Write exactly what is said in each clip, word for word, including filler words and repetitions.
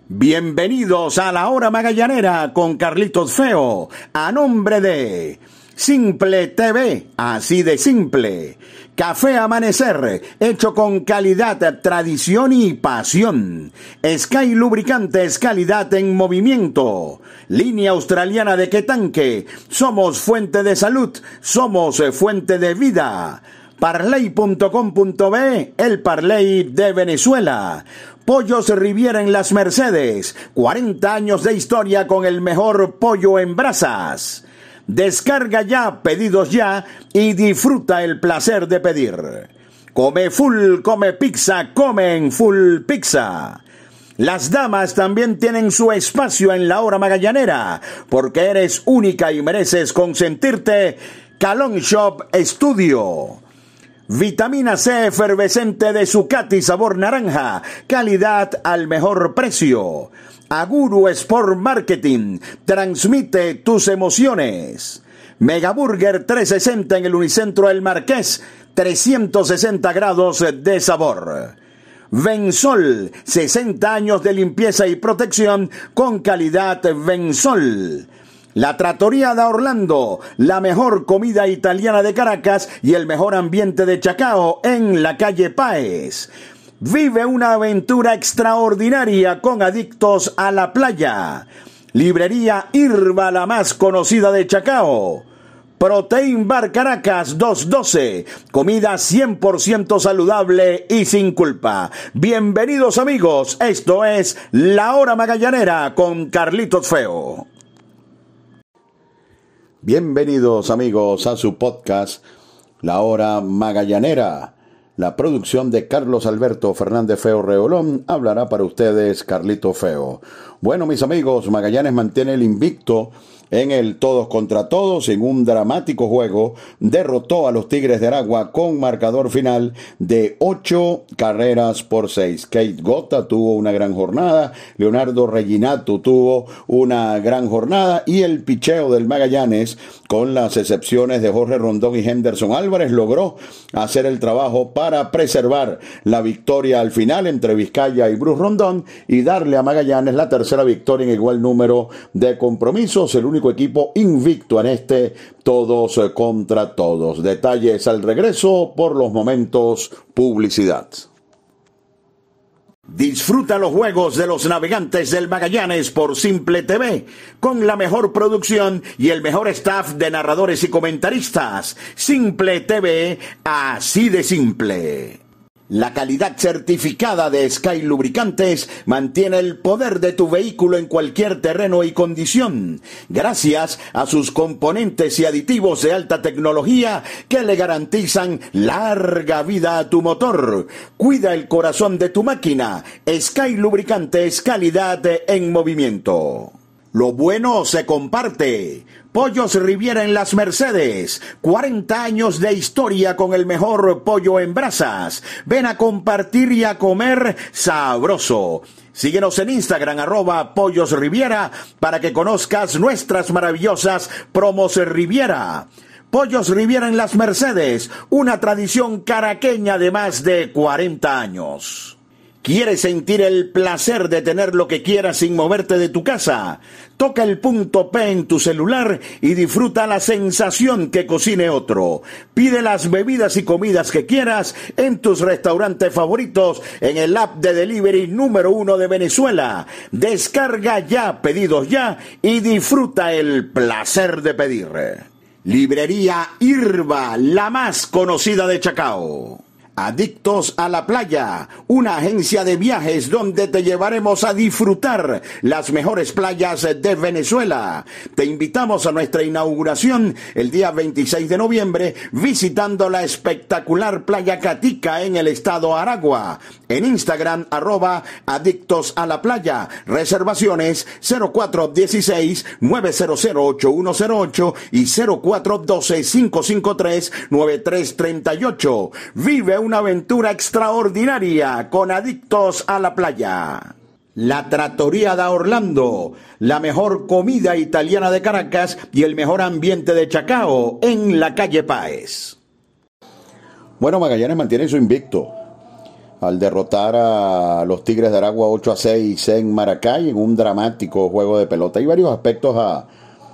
Bienvenidos a la Hora Magallanera con Carlitos Feo, a nombre de Simple T V, así de simple. Café Amanecer, hecho con calidad, tradición y pasión. Sky Lubricantes, calidad en movimiento. Línea australiana de Quetanque, somos fuente de salud, somos fuente de vida. Parley punto com punto be, el Parley de Venezuela. Pollos Riviera en Las Mercedes, cuarenta años de historia con el mejor pollo en brasas. Descarga ya, pedidos ya y disfruta el placer de pedir. Come Full, come pizza, come en Full Pizza. Las damas también tienen su espacio en la Hora Magallanera, porque eres única y mereces consentirte. Calon Shop Studio. Vitamina C efervescente de Zucati sabor naranja, calidad al mejor precio. Aguru Sport Marketing, transmite tus emociones. Megaburger trescientos sesenta en el Unicentro El Marqués, trescientos sesenta grados de sabor. Vensol, sesenta años de limpieza y protección con calidad Vensol. La Trattoria da Orlando, la mejor comida italiana de Caracas y el mejor ambiente de Chacao en la calle Páez. Vive una aventura extraordinaria con Adictos a la Playa. Librería Irba, la más conocida de Chacao. Protein Bar Caracas doscientos doce, comida cien por ciento saludable y sin culpa. Bienvenidos amigos, esto es La Hora Magallanera con Carlitos Feo. Bienvenidos amigos a su podcast La Hora Magallanera. La producción de Carlos Alberto Fernández Feo Reolón, hablará para ustedes Carlito Feo. Bueno mis amigos, Magallanes mantiene el invicto en el todos contra todos. En un dramático juego derrotó a los Tigres de Aragua con marcador final de ocho carreras por seis. Kate Gota tuvo una gran jornada, Leonardo Reginato tuvo una gran jornada y el picheo del Magallanes, con las excepciones de Jorge Rondón y Henderson Álvarez, logró hacer el trabajo para preservar la victoria al final entre Vizcaya y Bruce Rondón y darle a Magallanes la tercera victoria en igual número de compromisos. El único equipo invicto en este todos contra todos. Detalles al regreso, por los momentos publicidad. Disfruta los juegos de los Navegantes del Magallanes por Simple T V, con la mejor producción y el mejor staff de narradores y comentaristas. Simple T V, así de simple. La calidad certificada de Sky Lubricantes mantiene el poder de tu vehículo en cualquier terreno y condición, gracias a sus componentes y aditivos de alta tecnología que le garantizan larga vida a tu motor. Cuida el corazón de tu máquina. Sky Lubricantes, calidad en movimiento. Lo bueno se comparte. Pollos Riviera en Las Mercedes, cuarenta años de historia con el mejor pollo en brasas. Ven a compartir y a comer sabroso. Síguenos en Instagram, arroba Pollos Riviera, para que conozcas nuestras maravillosas promos Riviera. Pollos Riviera en Las Mercedes, una tradición caraqueña de más de cuarenta años. ¿Quieres sentir el placer de tener lo que quieras sin moverte de tu casa? Toca el punto P en tu celular y disfruta la sensación que cocine otro. Pide las bebidas y comidas que quieras en tus restaurantes favoritos en el app de delivery número uno de Venezuela. Descarga ya, pedidos ya y disfruta el placer de pedir. Librería Irba, la más conocida de Chacao. Adictos a la Playa, una agencia de viajes donde te llevaremos a disfrutar las mejores playas de Venezuela. Te invitamos a nuestra inauguración el día veintiséis de noviembre, visitando la espectacular Playa Catica en el estado Aragua. En Instagram, arroba Adictos a la Playa. Reservaciones cero cuatro uno seis, nueve cero cero, ocho uno cero ocho y cero cuatro uno dos, cinco cinco tres, nueve tres tres ocho. Vive una aventura extraordinaria con Adictos a la Playa. La Trattoria da Orlando, la mejor comida italiana de Caracas y el mejor ambiente de Chacao en la calle Páez. Bueno, Magallanes mantiene su invicto. al derrotar a los Tigres de Aragua ocho a seis en Maracay en un dramático juego de pelota. Hay varios aspectos a,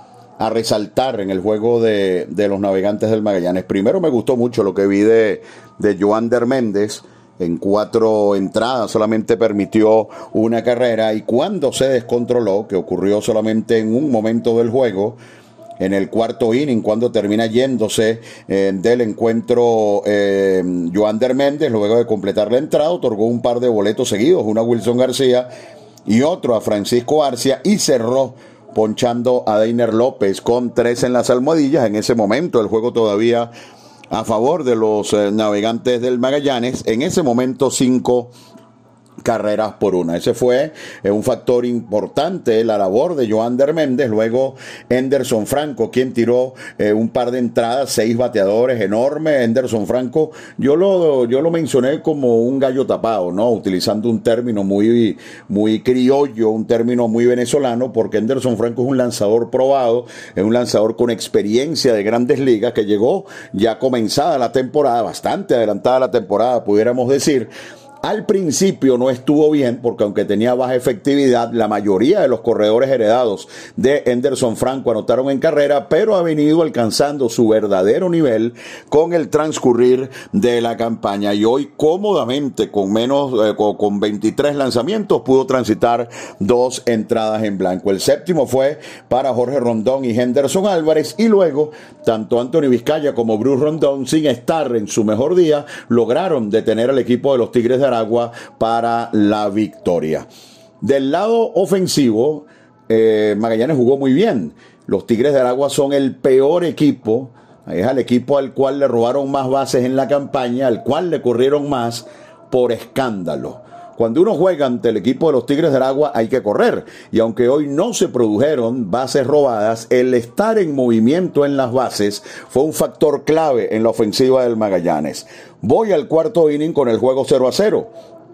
a resaltar en el juego de, de los Navegantes del Magallanes. Primero, me gustó mucho lo que vi de, de Yoander Méndez. En cuatro entradas solamente permitió una carrera, y cuando se descontroló, que ocurrió solamente en un momento del juego, en el cuarto inning, cuando termina yéndose eh, del encuentro eh, Yoander Méndez, luego de completar la entrada, otorgó un par de boletos seguidos, uno a Wilson García y otro a Francisco Arcia, y cerró ponchando a Deiner López con tres en las almohadillas. En ese momento el juego todavía a favor de los eh, Navegantes del Magallanes, en ese momento cinco carreras por una. Ese fue eh, un factor importante, la labor de Yoander Méndez. Luego Enderson Franco, quien tiró eh, un par de entradas, seis bateadores, enorme. Enderson Franco, yo lo, yo lo mencioné como un gallo tapado, ¿no? Utilizando un término muy, muy criollo, un término muy venezolano, porque Enderson Franco es un lanzador probado, es un lanzador con experiencia de grandes ligas, que llegó ya comenzada la temporada, bastante adelantada la temporada, pudiéramos decir. Al principio no estuvo bien, porque aunque tenía baja efectividad, la mayoría de los corredores heredados de Enderson Franco anotaron en carrera, pero ha venido alcanzando su verdadero nivel con el transcurrir de la campaña, y hoy cómodamente, con menos eh, con veintitrés lanzamientos, pudo transitar dos entradas en blanco. El séptimo fue para Jorge Rondón y Henderson Álvarez, y luego tanto Anthony Vizcaya como Bruce Rondón, sin estar en su mejor día, lograron detener al equipo de los Tigres de Aragua para la victoria. Del lado ofensivo, eh, Magallanes jugó muy bien. Los Tigres de Aragua son el peor equipo, es al equipo al cual le robaron más bases en la campaña, al cual le corrieron más por escándalo. Cuando uno juega ante el equipo de los Tigres de Aragua hay que correr, y aunque hoy no se produjeron bases robadas, el estar en movimiento en las bases fue un factor clave en la ofensiva del Magallanes. Voy al cuarto inning con el juego cero a cero.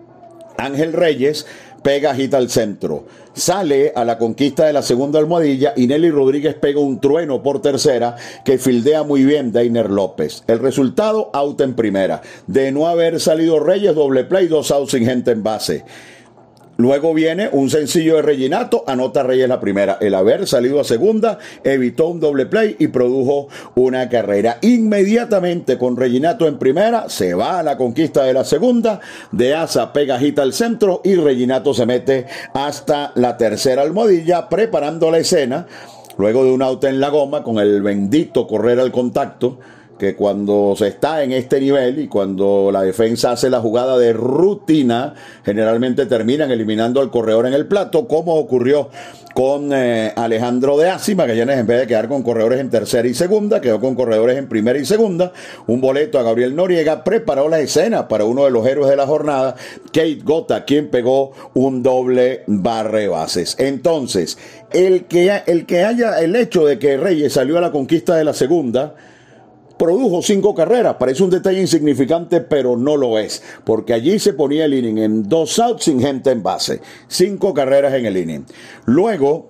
Ángel Reyes pega, agita al centro, sale a la conquista de la segunda almohadilla, y Nelly Rodríguez pega un trueno por tercera que fildea muy bien Deiner López. El resultado, out en primera. De no haber salido Reyes, doble play, dos outs sin gente en base. Luego viene un sencillo de Reginato, anota Reyes la primera. El haber salido a segunda evitó un doble play y produjo una carrera. Inmediatamente, con Reginato en primera, se va a la conquista de la segunda. De Asa pega, agita al centro, y Reginato se mete hasta la tercera almohadilla, preparando la escena. Luego de un out en la goma, con el bendito correr al contacto, que cuando se está en este nivel y cuando la defensa hace la jugada de rutina, generalmente terminan eliminando al corredor en el plato, como ocurrió con eh, Alejandro de Asi. Magallanes, en vez de quedar con corredores en tercera y segunda, quedó con corredores en primera y segunda. Un boleto a Gabriel Noriega, preparó la escena para uno de los héroes de la jornada, Kate Gota, quien pegó un doble barre bases. Entonces, el que, el que haya, el hecho de que Reyes salió a la conquista de la segunda, produjo cinco carreras, parece un detalle insignificante, pero no lo es, porque allí se ponía el inning en dos outs sin gente en base, cinco carreras en el inning. Luego,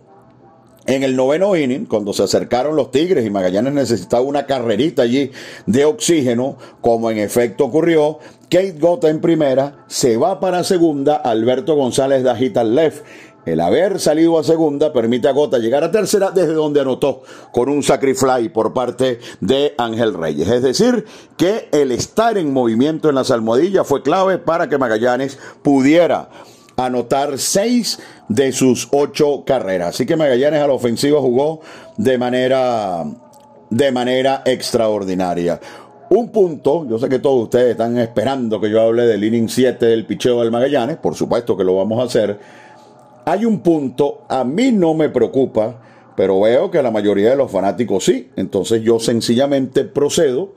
en el noveno inning, cuando se acercaron los Tigres y Magallanes necesitaba una carrerita allí de oxígeno, como en efecto ocurrió, Kate Gota en primera, se va para segunda, Alberto González da hit al left. El haber salido a segunda permite a Gota llegar a tercera, desde donde anotó con un sacrifly por parte de Ángel Reyes. Es decir, que el estar en movimiento en las almohadillas fue clave para que Magallanes pudiera anotar seis de sus ocho carreras. Así que Magallanes a la ofensiva jugó de manera, de manera extraordinaria. Un punto, yo sé que todos ustedes están esperando que yo hable del inning siete del picheo del Magallanes, por supuesto que lo vamos a hacer. Hay un punto, a mí no me preocupa, pero veo que a la mayoría de los fanáticos sí. Entonces yo sencillamente procedo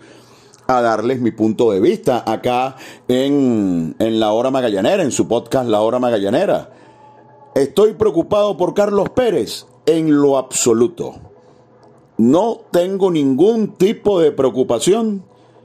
a darles mi punto de vista acá en, en La Hora Magallanera, en su podcast La Hora Magallanera. ¿Estoy preocupado por Carlos Pérez? En lo absoluto. No tengo ningún tipo de preocupación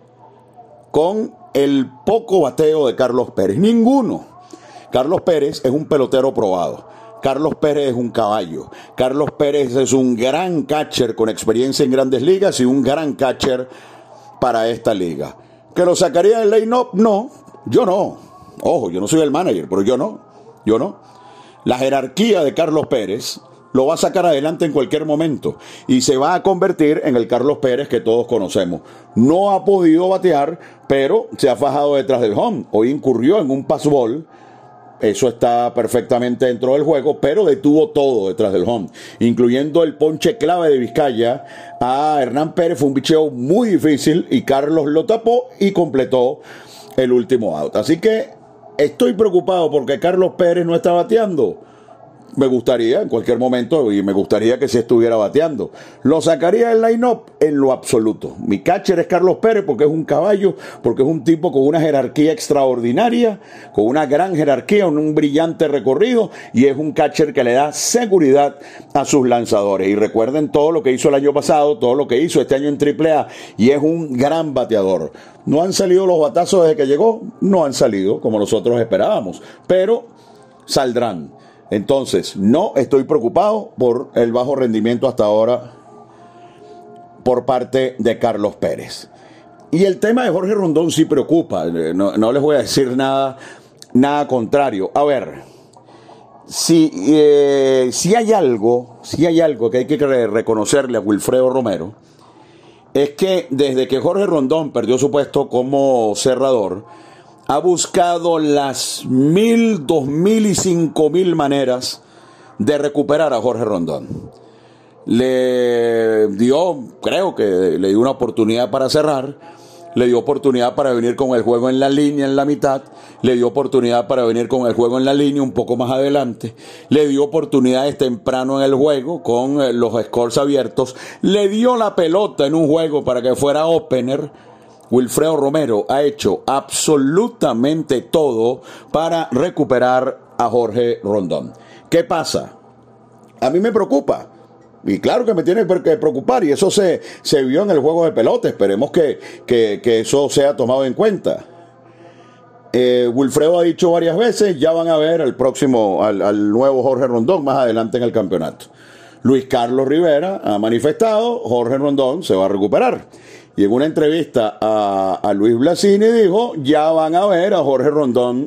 con el poco bateo de Carlos Pérez. Ninguno. Carlos Pérez es un pelotero probado. Carlos Pérez es un caballo. Carlos Pérez es un gran catcher con experiencia en grandes ligas y un gran catcher para esta liga. ¿Que lo sacaría del line-up? No, yo no. Ojo, yo no soy el manager, pero yo no, yo no. La jerarquía de Carlos Pérez lo va a sacar adelante en cualquier momento y se va a convertir en el Carlos Pérez que todos conocemos. No ha podido batear, pero se ha fajado detrás del home. Hoy incurrió en un pass ball. Eso está perfectamente dentro del juego, pero detuvo todo detrás del home, incluyendo el ponche clave de Vizcaya a Hernán Pérez. Fue un bicheo muy difícil y Carlos lo tapó y completó el último out. Así que estoy preocupado porque Carlos Pérez no está bateando. Me gustaría en cualquier momento, y me gustaría que se estuviera bateando. ¿Lo sacaría del line-up? En lo absoluto. Mi catcher es Carlos Pérez porque es un caballo, porque es un tipo con una jerarquía extraordinaria, con una gran jerarquía, un brillante recorrido, y es un catcher que le da seguridad a sus lanzadores. Y recuerden todo lo que hizo el año pasado, todo lo que hizo este año en triple A, y es un gran bateador. ¿No han salido los batazos desde que llegó? No han salido como nosotros esperábamos, pero saldrán. Entonces, no estoy preocupado por el bajo rendimiento hasta ahora por parte de Carlos Pérez. Y el tema de Jorge Rondón sí preocupa. No, no les voy a decir nada, nada contrario. A ver, si, eh, si hay algo, si hay algo que hay que reconocerle a Wilfredo Romero, es que desde que Jorge Rondón perdió su puesto como cerrador, ha buscado las mil, dos mil y cinco mil maneras de recuperar a Jorge Rondón. Le dio, creo que le dio una oportunidad para cerrar, le dio oportunidad para venir con el juego en la línea en la mitad, le dio oportunidad para venir con el juego en la línea un poco más adelante, le dio oportunidades temprano en el juego con los scores abiertos, le dio la pelota en un juego para que fuera opener. Wilfredo Romero ha hecho absolutamente todo para recuperar a Jorge Rondón. ¿Qué pasa? A mí me preocupa. Y claro que me tiene que preocupar. Y eso se, se vio en el juego de pelota. Esperemos que, que, que eso sea tomado en cuenta. Eh, Wilfredo ha dicho varias veces, ya van a ver al próximo, al, al nuevo Jorge Rondón más adelante en el campeonato. Luis Carlos Rivera ha manifestado, Jorge Rondón se va a recuperar. Y en una entrevista a, a Luis Blasini dijo, ya van a ver a Jorge Rondón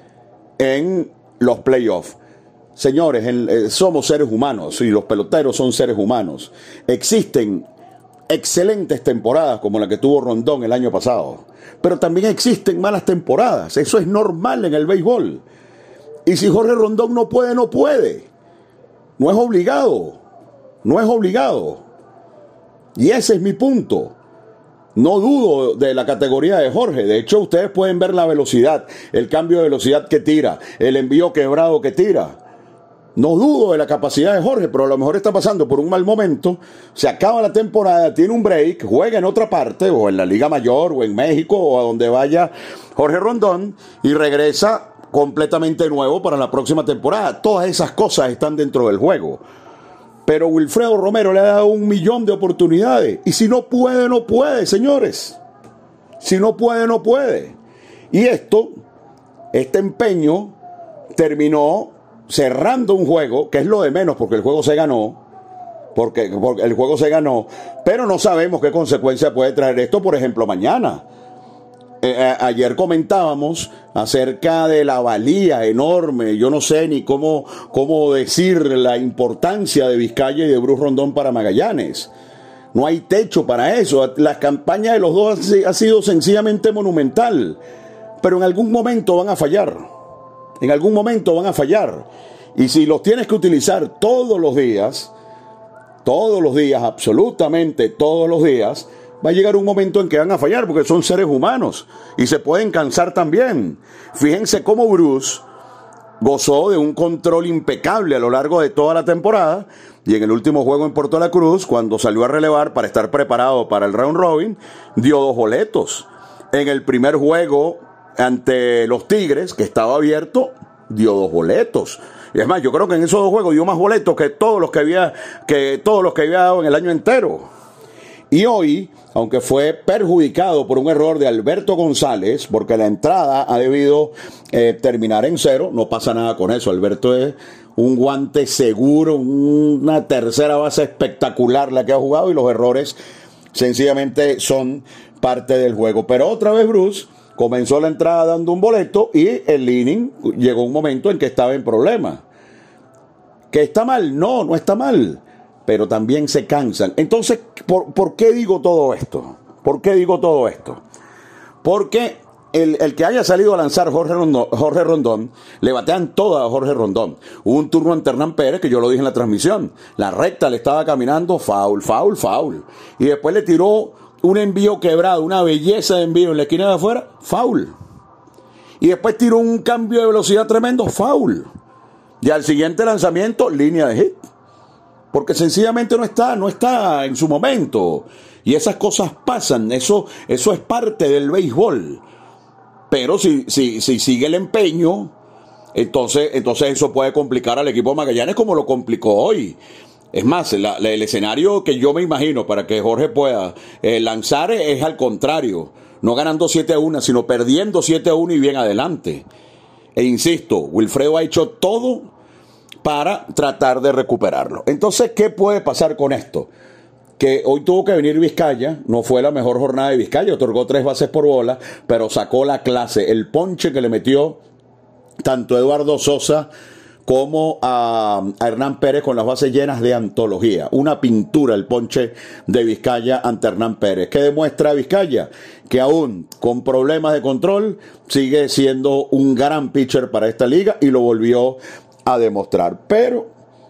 en los playoffs. Señores, en, eh, somos seres humanos y los peloteros son seres humanos. Existen excelentes temporadas como la que tuvo Rondón el año pasado, pero también existen malas temporadas. Eso es normal en el béisbol. Y si Jorge Rondón no puede, no puede. No es obligado. No es obligado. Y ese es mi punto. No dudo de la categoría de Jorge. De hecho, ustedes pueden ver la velocidad, el cambio de velocidad que tira, el envío quebrado que tira. No dudo de la capacidad de Jorge, pero a lo mejor está pasando por un mal momento. Se acaba la temporada, tiene un break, juega en otra parte, o en la Liga Mayor, o en México, o a donde vaya Jorge Rondón, y regresa completamente nuevo para la próxima temporada. Todas esas cosas están dentro del juego. Pero Wilfredo Romero le ha dado un millón de oportunidades. Y si no puede, no puede, señores. Si no puede, no puede. Y esto, este empeño, terminó cerrando un juego, que es lo de menos, porque el juego se ganó. Porque, porque el juego se ganó. Pero no sabemos qué consecuencia puede traer esto, por ejemplo, mañana. Eh, a, ayer comentábamos acerca de la valía enorme, yo no sé ni cómo, cómo decir la importancia de Vizcaya y de Bruce Rondón para Magallanes. No hay techo para eso. La campaña de los dos ha sido sencillamente monumental, pero en algún momento van a fallar. En algún momento van a fallar. Y si los tienes que utilizar todos los días, todos los días, absolutamente todos los días, va a llegar un momento en que van a fallar, porque son seres humanos y se pueden cansar también. Fíjense cómo Bruce gozó de un control impecable a lo largo de toda la temporada, y en el último juego en Puerto La Cruz, cuando salió a relevar para estar preparado para el round robin, dio dos boletos. En el primer juego ante los Tigres, que estaba abierto, dio dos boletos. Y es más, yo creo que en esos dos juegos dio más boletos que todos los que había, que todos los que había dado en el año entero. Y hoy, aunque fue perjudicado por un error de Alberto González, porque la entrada ha debido eh, terminar en cero, no pasa nada con eso. Alberto es un guante seguro, una tercera base espectacular la que ha jugado, y los errores sencillamente son parte del juego. Pero otra vez Bruce comenzó la entrada dando un boleto y el inning llegó un momento en que estaba en problemas. ¿Que está mal? No, no está mal. Pero también se cansan. Entonces, ¿por, ¿por qué digo todo esto? ¿Por qué digo todo esto? Porque el, el que haya salido a lanzar Jorge Rondón, Jorge Rondón, le batean toda a Jorge Rondón. Hubo un turno ante Hernán Pérez, que yo lo dije en la transmisión. La recta le estaba caminando, foul, foul, foul. Y después le tiró un envío quebrado, una belleza de envío en la esquina de afuera, foul. Y después tiró un cambio de velocidad tremendo, foul. Y al siguiente lanzamiento, línea de hit. Porque sencillamente no está, no está en su momento. Y esas cosas pasan, eso, eso es parte del béisbol. Pero si, si, si sigue el empeño, entonces, entonces eso puede complicar al equipo de Magallanes como lo complicó hoy. Es más, la, la, el escenario que yo me imagino para que Jorge pueda eh, lanzar es al contrario. No ganando siete a uno, sino perdiendo siete a uno y bien adelante. E insisto, Wilfredo ha hecho todo para tratar de recuperarlo. Entonces, ¿qué puede pasar con esto? Que hoy tuvo que venir Vizcaya, no fue la mejor jornada de Vizcaya, otorgó tres bases por bola, pero sacó la clase, el ponche que le metió tanto a Eduardo Sosa como a, a Hernán Pérez con las bases llenas de antología. Una pintura el ponche de Vizcaya ante Hernán Pérez. ¿Qué demuestra Vizcaya? Que aún con problemas de control sigue siendo un gran pitcher para esta liga y lo volvió a demostrar. Pero,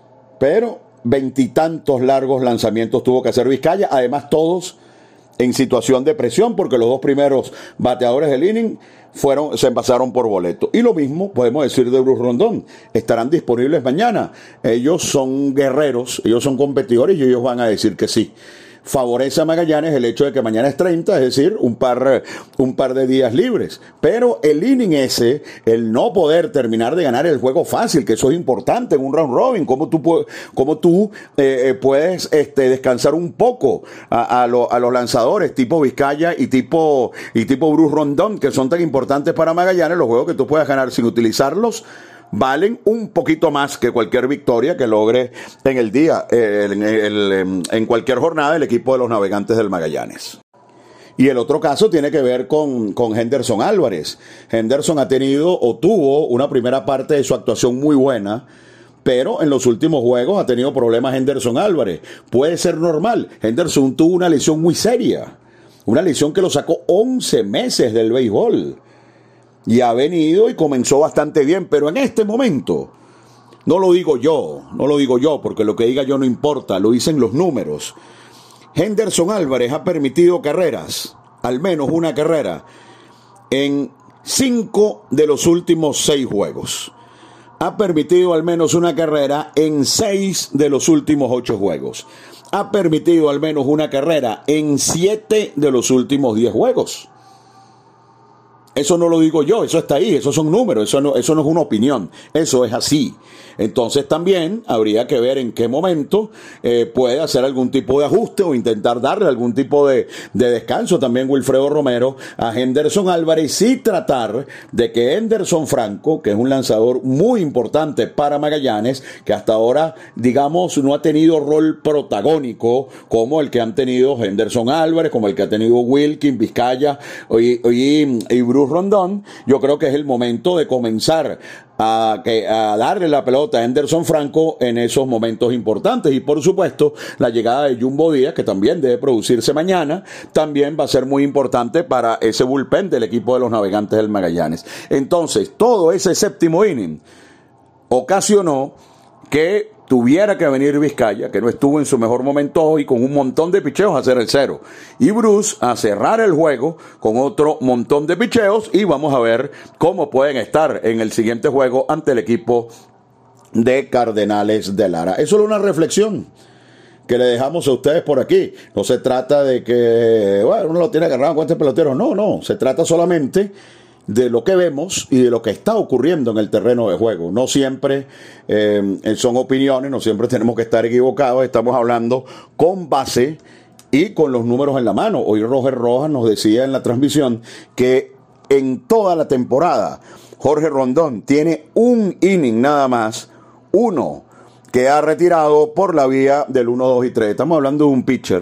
pero, veintitantos largos lanzamientos tuvo que hacer Vizcaya, además todos en situación de presión, porque los dos primeros bateadores del inning fueron, se envasaron por boleto. Y lo mismo podemos decir de Bruce Rondón. Estarán disponibles mañana. Ellos son guerreros, ellos son competidores y ellos van a decir que sí. Favorece a Magallanes el hecho de que mañana es treinta, es decir, un par, un par de días libres. Pero el inning ese, el no poder terminar de ganar el juego fácil, que eso es importante en un round robin, cómo tú, cómo tú eh, puedes este, descansar un poco a, a, lo, a los lanzadores tipo Vizcaya y tipo, y tipo Bruce Rondón, que son tan importantes para Magallanes, los juegos que tú puedas ganar sin utilizarlos, valen un poquito más que cualquier victoria que logre en el día, eh, en, el, en cualquier jornada el equipo de los Navegantes del Magallanes. Y el otro caso tiene que ver con, con Henderson Álvarez. Henderson ha tenido o tuvo una primera parte de su actuación muy buena, pero en los últimos juegos ha tenido problemas Henderson Álvarez. Puede ser normal. Henderson tuvo una lesión muy seria, una lesión que lo sacó once meses del béisbol. Y ha venido y comenzó bastante bien, pero en este momento, no lo digo yo, no lo digo yo, porque lo que diga yo no importa, lo dicen los números. Henderson Álvarez ha permitido carreras, al menos una carrera, en cinco de los últimos seis juegos. Ha permitido al menos una carrera en seis de los últimos ocho juegos. Ha permitido al menos una carrera en siete de los últimos diez juegos. Eso no lo digo yo, eso está ahí, esos son números, eso no, eso no es una opinión, eso es así. Entonces también habría que ver en qué momento eh, puede hacer algún tipo de ajuste o intentar darle algún tipo de, de descanso también Wilfredo Romero a Henderson Álvarez y tratar de que Henderson Franco, que es un lanzador muy importante para Magallanes, que hasta ahora, digamos, no ha tenido rol protagónico como el que han tenido Henderson Álvarez, como el que ha tenido Wilkin, Vizcaya y, y, y Bruce Rondón, yo creo que es el momento de comenzar a, que, a darle la pelota a Henderson Franco en esos momentos importantes. Y por supuesto, la llegada de Jumbo Díaz, que también debe producirse mañana, también va a ser muy importante para ese bullpen del equipo de los Navegantes del Magallanes. Entonces, todo ese séptimo inning ocasionó que tuviera que venir Vizcaya, que no estuvo en su mejor momento hoy, con un montón de picheos a hacer el cero. Y Bruce a cerrar el juego con otro montón de picheos y vamos a ver cómo pueden estar en el siguiente juego ante el equipo de Cardenales de Lara. Eso es una reflexión que le dejamos a ustedes por aquí. No se trata de que, bueno, uno lo tiene agarrado con este pelotero. No, no. Se trata solamente de lo que vemos y de lo que está ocurriendo en el terreno de juego. No siempre eh, son opiniones, no siempre tenemos que estar equivocados, estamos hablando con base y con los números en la mano. Hoy Roger Rojas nos decía en la transmisión que en toda la temporada Jorge Rondón tiene un inning nada más, uno que ha retirado por la vía del uno, dos y tres. Estamos hablando de un pitcher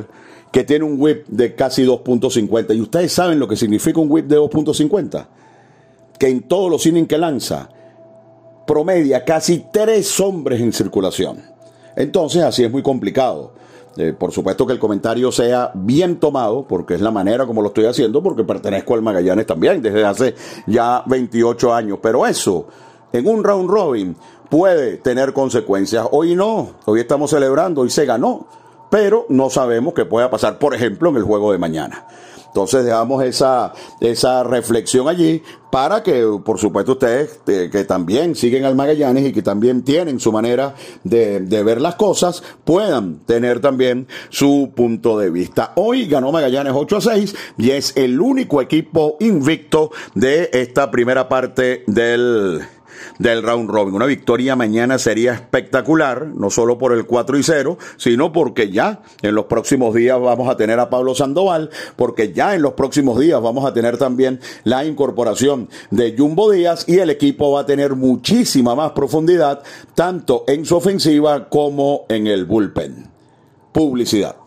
que tiene un whip de casi dos punto cincuenta. ¿Y ustedes saben lo que significa un whip de dos punto cincuenta? Que en todos los innings que lanza, promedia casi tres hombres en circulación. Entonces, así es muy complicado. Eh, por supuesto que el comentario sea bien tomado, porque es la manera como lo estoy haciendo, porque pertenezco al Magallanes también desde hace ya veintiocho años. Pero eso, en un round robin, puede tener consecuencias. Hoy no, hoy estamos celebrando, hoy se ganó, pero no sabemos qué pueda pasar, por ejemplo, en el juego de mañana. Entonces dejamos esa, esa reflexión allí para que, por supuesto, ustedes eh, que también siguen al Magallanes y que también tienen su manera de, de ver las cosas, puedan tener también su punto de vista. Hoy ganó Magallanes ocho a seis y es el único equipo invicto de esta primera parte del... del round robin. Una victoria mañana sería espectacular, no solo por el cuatro y cero, sino porque ya en los próximos días vamos a tener a Pablo Sandoval, porque ya en los próximos días vamos a tener también la incorporación de Jumbo Díaz y el equipo va a tener muchísima más profundidad, tanto en su ofensiva como en el bullpen. Publicidad.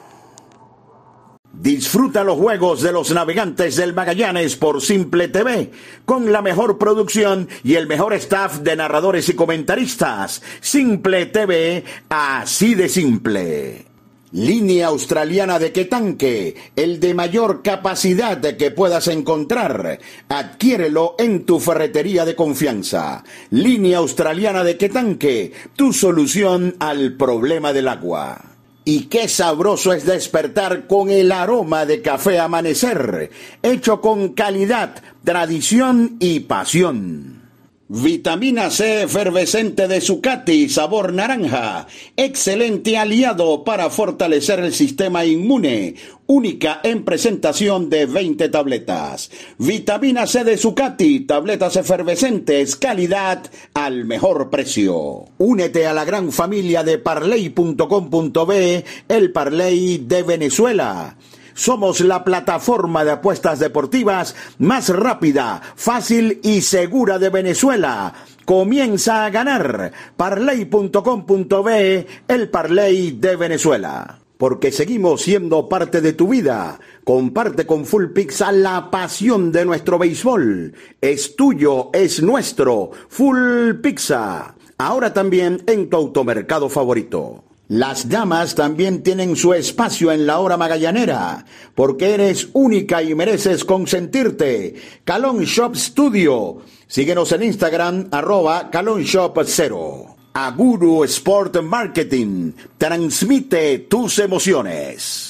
Disfruta los juegos de los Navegantes del Magallanes por Simple T V, con la mejor producción y el mejor staff de narradores y comentaristas. Simple T V, así de simple. Línea australiana de Quetanque, el de mayor capacidad que puedas encontrar. Adquiérelo en tu ferretería de confianza. Línea australiana de Quetanque, tu solución al problema del agua. Y qué sabroso es despertar con el aroma de Café Amanecer, hecho con calidad, tradición y pasión. Vitamina C efervescente de Zucatti, sabor naranja, excelente aliado para fortalecer el sistema inmune, única en presentación de veinte tabletas. Vitamina C de Zucatti, tabletas efervescentes, calidad al mejor precio. Únete a la gran familia de Parley punto com punto be, el Parley de Venezuela. Somos la plataforma de apuestas deportivas más rápida, fácil y segura de Venezuela. Comienza a ganar. Parley punto com punto be, el Parley de Venezuela. Porque seguimos siendo parte de tu vida. Comparte con Full Pizza la pasión de nuestro béisbol. Es tuyo, es nuestro. Full Pizza. Ahora también en tu automercado favorito. Las damas también tienen su espacio en la hora magallanera, porque eres única y mereces consentirte. Calón Shop Studio. Síguenos en Instagram, arroba Calón Shop cero. Aguru Sport Marketing. Transmite tus emociones.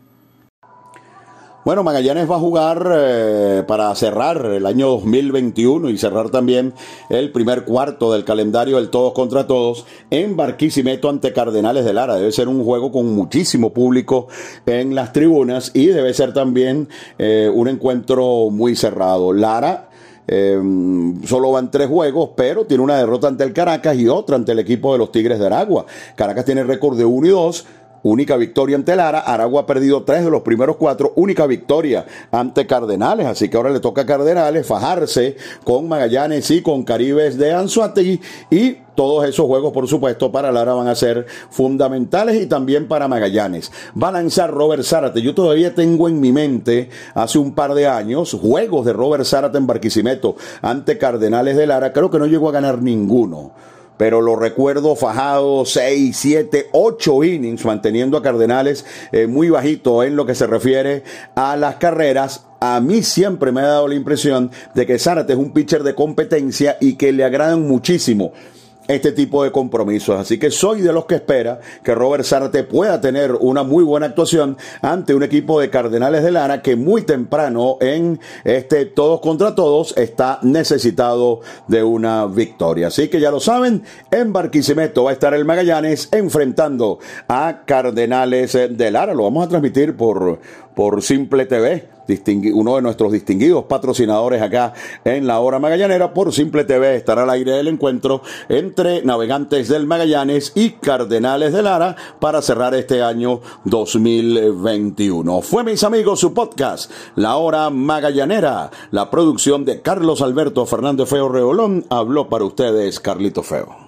Bueno, Magallanes va a jugar eh, para cerrar el año dos mil veintiuno y cerrar también el primer cuarto del calendario del todos contra todos en Barquisimeto ante Cardenales de Lara. Debe ser un juego con muchísimo público en las tribunas y debe ser también eh, un encuentro muy cerrado. Lara Eh, solo van tres juegos, pero tiene una derrota ante el Caracas y otra ante el equipo de los Tigres de Aragua. Caracas tiene récord de uno y dos. Única victoria ante Lara. Aragua ha perdido tres de los primeros cuatro. Única victoria ante Cardenales. Así que ahora le toca a Cardenales fajarse con Magallanes y con Caribes de Anzoátegui. Y todos esos juegos, por supuesto, para Lara van a ser fundamentales y también para Magallanes. Va a lanzar Robert Zárate. Yo todavía tengo en mi mente, hace un par de años, juegos de Robert Zárate en Barquisimeto ante Cardenales de Lara. Creo que no llegó a ganar ninguno, pero lo recuerdo fajado seis, siete, ocho innings, manteniendo a Cardenales eh, muy bajito en lo que se refiere a las carreras. A mí siempre me ha dado la impresión de que Zárate es un pitcher de competencia y que le agradan muchísimo este tipo de compromisos. Así que soy de los que espera que Robert Zárate pueda tener una muy buena actuación ante un equipo de Cardenales de Lara que muy temprano en este todos contra todos está necesitado de una victoria. Así que ya lo saben, en Barquisimeto va a estar el Magallanes enfrentando a Cardenales de Lara. Lo vamos a transmitir por, por Simple T V. Distingui- uno de nuestros distinguidos patrocinadores acá en la hora magallanera. Por Simple T V estará al aire el encuentro entre Navegantes del Magallanes y Cardenales de Lara para cerrar este año dos mil veintiuno. Fue, mis amigos, su podcast La Hora Magallanera, la producción de Carlos Alberto Fernández Feo Reolón. Habló para ustedes Carlito Feo.